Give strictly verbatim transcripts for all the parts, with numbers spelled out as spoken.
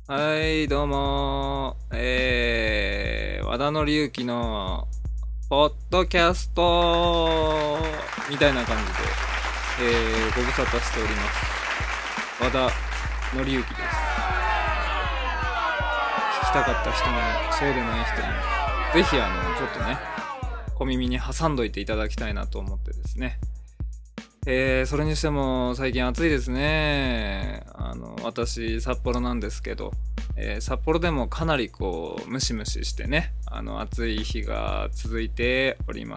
はい、どうもー。えー、和田紀之の、ポッドキャストみたいな感じで、えー、ご無沙汰しております。和田紀之です。聞きたかった人も、そうでない人も、ぜひ、あの、ちょっとね、小耳に挟んどいていただきたいなと思ってですね。えー、それにしても最近暑いですね。あの私札幌なんですけど、えー札幌でもかなりこうムシムシしてね、あの暑い日が続いております。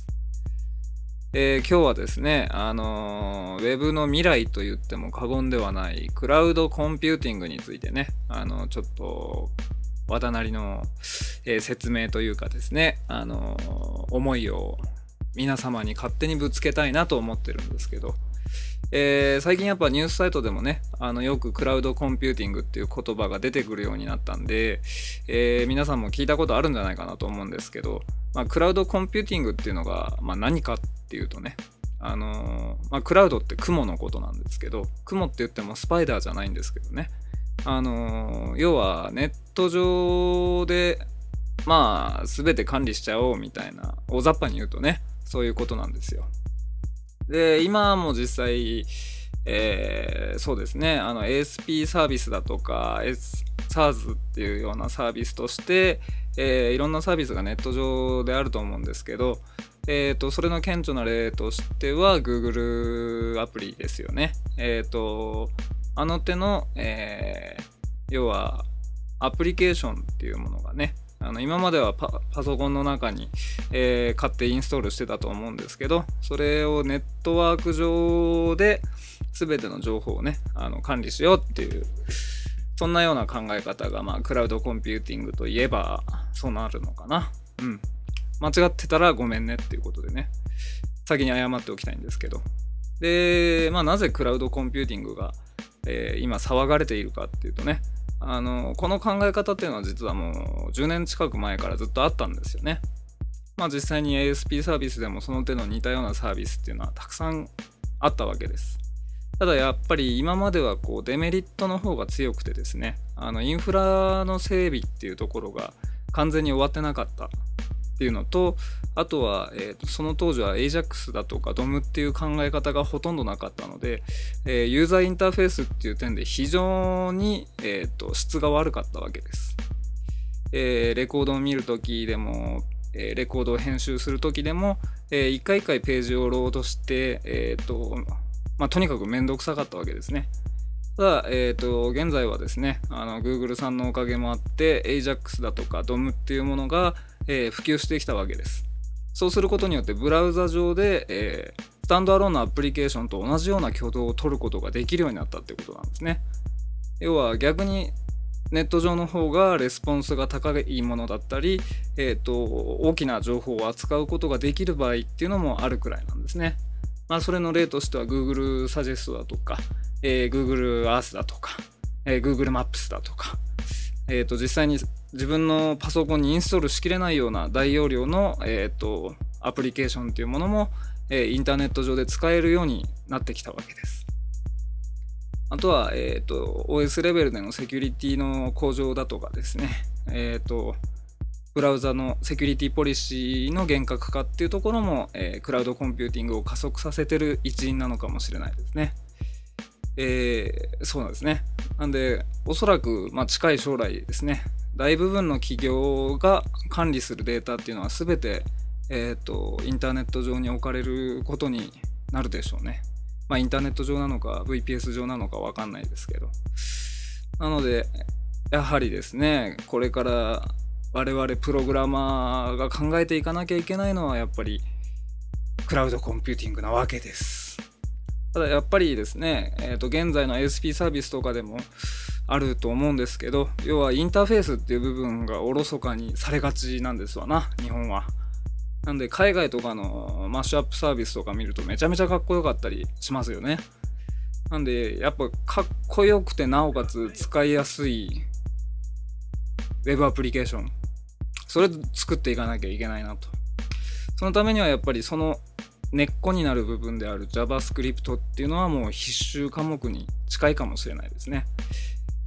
えー今日はですね、あのーウェブの未来と言っても過言ではないクラウドコンピューティングについてね、あのちょっと和田なりの、えー説明というかですね、あのー思いを皆様に勝手にぶつけたいなと思ってるんですけど、えー最近やっぱニュースサイトでもね、あのよくクラウドコンピューティングっていう言葉が出てくるようになったんで、えー皆さんも聞いたことあるんじゃないかなと思うんですけど、まあ、クラウドコンピューティングっていうのが、まあ、何かっていうとね、あのーまあ、クラウドって雲のことなんですけど、雲って言ってもスパイダーじゃないんですけどね、あのー要はネット上でまあ全て管理しちゃおうみたいな、大雑把に言うとね、そういうことなんですよ。で、今も実際、えーそうですね、あの エーエスピー サービスだとか S- サーズ っていうようなサービスとして、えーいろんなサービスがネット上であると思うんですけど、えーとそれの顕著な例としては Google アプリですよね。えーとあの手の、えー要はアプリケーションっていうものがね、あの今までは パ, パソコンの中に、えー買ってインストールしてたと思うんですけど、それをネットワーク上で全ての情報をね、あの管理しようっていう、そんなような考え方が、まあ、クラウドコンピューティングといえばそうなるのかな。うん。間違ってたらごめんねっていうことでね、先に謝っておきたいんですけど。で、まあ、なぜクラウドコンピューティングが、えー今騒がれているかっていうとね、あのこの考え方っていうのは実はもうじゅうねん近く前からずっとあったんですよね。まあ実際に エーエスピー サービスでもその手の似たようなサービスっていうのはたくさんあったわけです。ただやっぱり今まではこうデメリットの方が強くてですね、あのインフラの整備っていうところが完全に終わってなかったっていうのと、あとは、えーとその当時は エイジャックス だとか ドム っていう考え方がほとんどなかったので、えーユーザーインターフェースっていう点で非常に、えーと質が悪かったわけです。えーレコードを見るときでも、えーレコードを編集するときでも、えー一回一回ページをロードして、えーとまあ、とにかくめんどくさかったわけですね。ただ、えーと、現在はですね、あの Google さんのおかげもあって、エイジャックス だとか ドム っていうものが、えー普及してきたわけです。そうすることによって、ブラウザ上で、えースタンドアローンのアプリケーションと同じような挙動を取ることができるようになったっていうことなんですね。要は逆にネット上の方がレスポンスが高いものだったり、えーと、大きな情報を扱うことができる場合っていうのもあるくらいなんですね。まあ、それの例としては Google サジェストだとか、えー Google Earth だとか、えー Google Maps だとか、えーと、実際に自分のパソコンにインストールしきれないような大容量の、えーと、アプリケーションっていうものも、えーインターネット上で使えるようになってきたわけです。あとは、えっと、オーエス レベルでのセキュリティの向上だとかですね、えっと、ブラウザのセキュリティポリシーの厳格化っていうところも、えークラウドコンピューティングを加速させてる一因なのかもしれないですね。えーそうなんですね。なんで、おそらく、まあ、近い将来ですね、大部分の企業が管理するデータっていうのは全て、えっと、インターネット上に置かれることになるでしょうね。まあ、インターネット上なのか ブイピーエス 上なのかわかんないですけど。なので、やはりですね、これから我々プログラマーが考えていかなきゃいけないのはやっぱりクラウドコンピューティングなわけです。ただやっぱりですね、えーと、現在の エーエスピー サービスとかでもあると思うんですけど、要はインターフェースっていう部分がおろそかにされがちなんですわな、日本は。なんで海外とかのマッシュアップサービスとか見るとめちゃめちゃかっこよかったりしますよね。なんでやっぱかっこよくてなおかつ使いやすいウェブアプリケーション、それ作っていかなきゃいけないなと。そのためにはやっぱりその根っこになる部分である JavaScript っていうのはもう必修科目に近いかもしれないですね。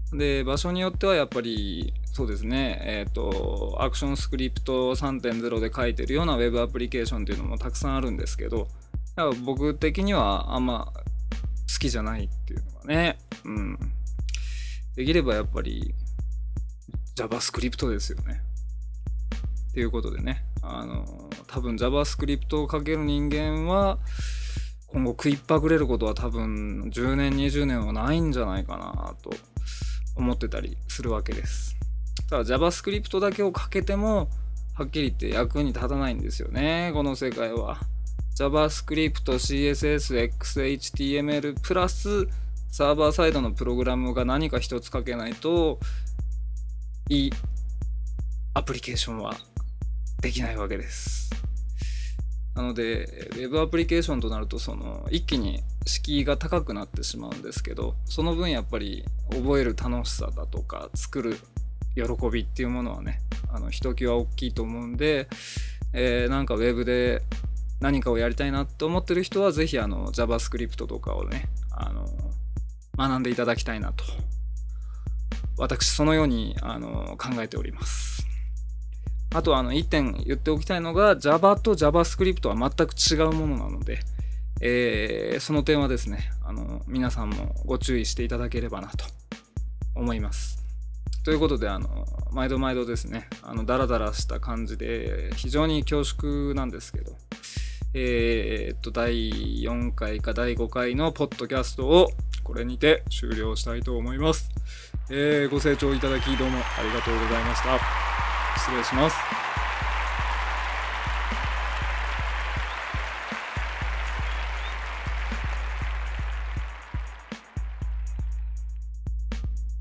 で、場所によってはやっぱりそうですね、えっと、アクションスクリプト さんてんゼロ で書いてるようなウェブアプリケーションっていうのもたくさんあるんですけど、やっぱ僕的にはあんま好きじゃないっていうのがね、うん。できればやっぱり JavaScript ですよね。っていうことでね、あの、多分 JavaScript を書ける人間は、今後食いっぱぐれることは多分じゅうねんにじゅうねんはないんじゃないかなと思ってたりするわけです。ただ JavaScript だけを書けてもはっきり言って役に立たないんですよね、この世界は。 JavaScript、シーエスエス、エックスエイチティーエムエル プラスサーバーサイドのプログラムが何か一つ書けないといいアプリケーションはできないわけです。なので Web アプリケーションとなるとその一気に敷居が高くなってしまうんですけど、その分やっぱり覚える楽しさだとか作る喜びっていうものはね、あのひときわ大きいと思うんで、えー、なんか Web で何かをやりたいなと思ってる人はぜひあの JavaScript とかをね、あの学んでいただきたいなと、私そのようにあの考えております。あとあのいってん言っておきたいのが Java と JavaScript は全く違うものなので、えー、その点はですね、あの皆さんもご注意していただければなと思います。ということであの毎度毎度ですね、あのダラダラした感じで非常に恐縮なんですけど、えー、っとだいよんかいかだいごかいのポッドキャストをこれにて終了したいと思います。えー、ご清聴いただきどうもありがとうございました。失礼します。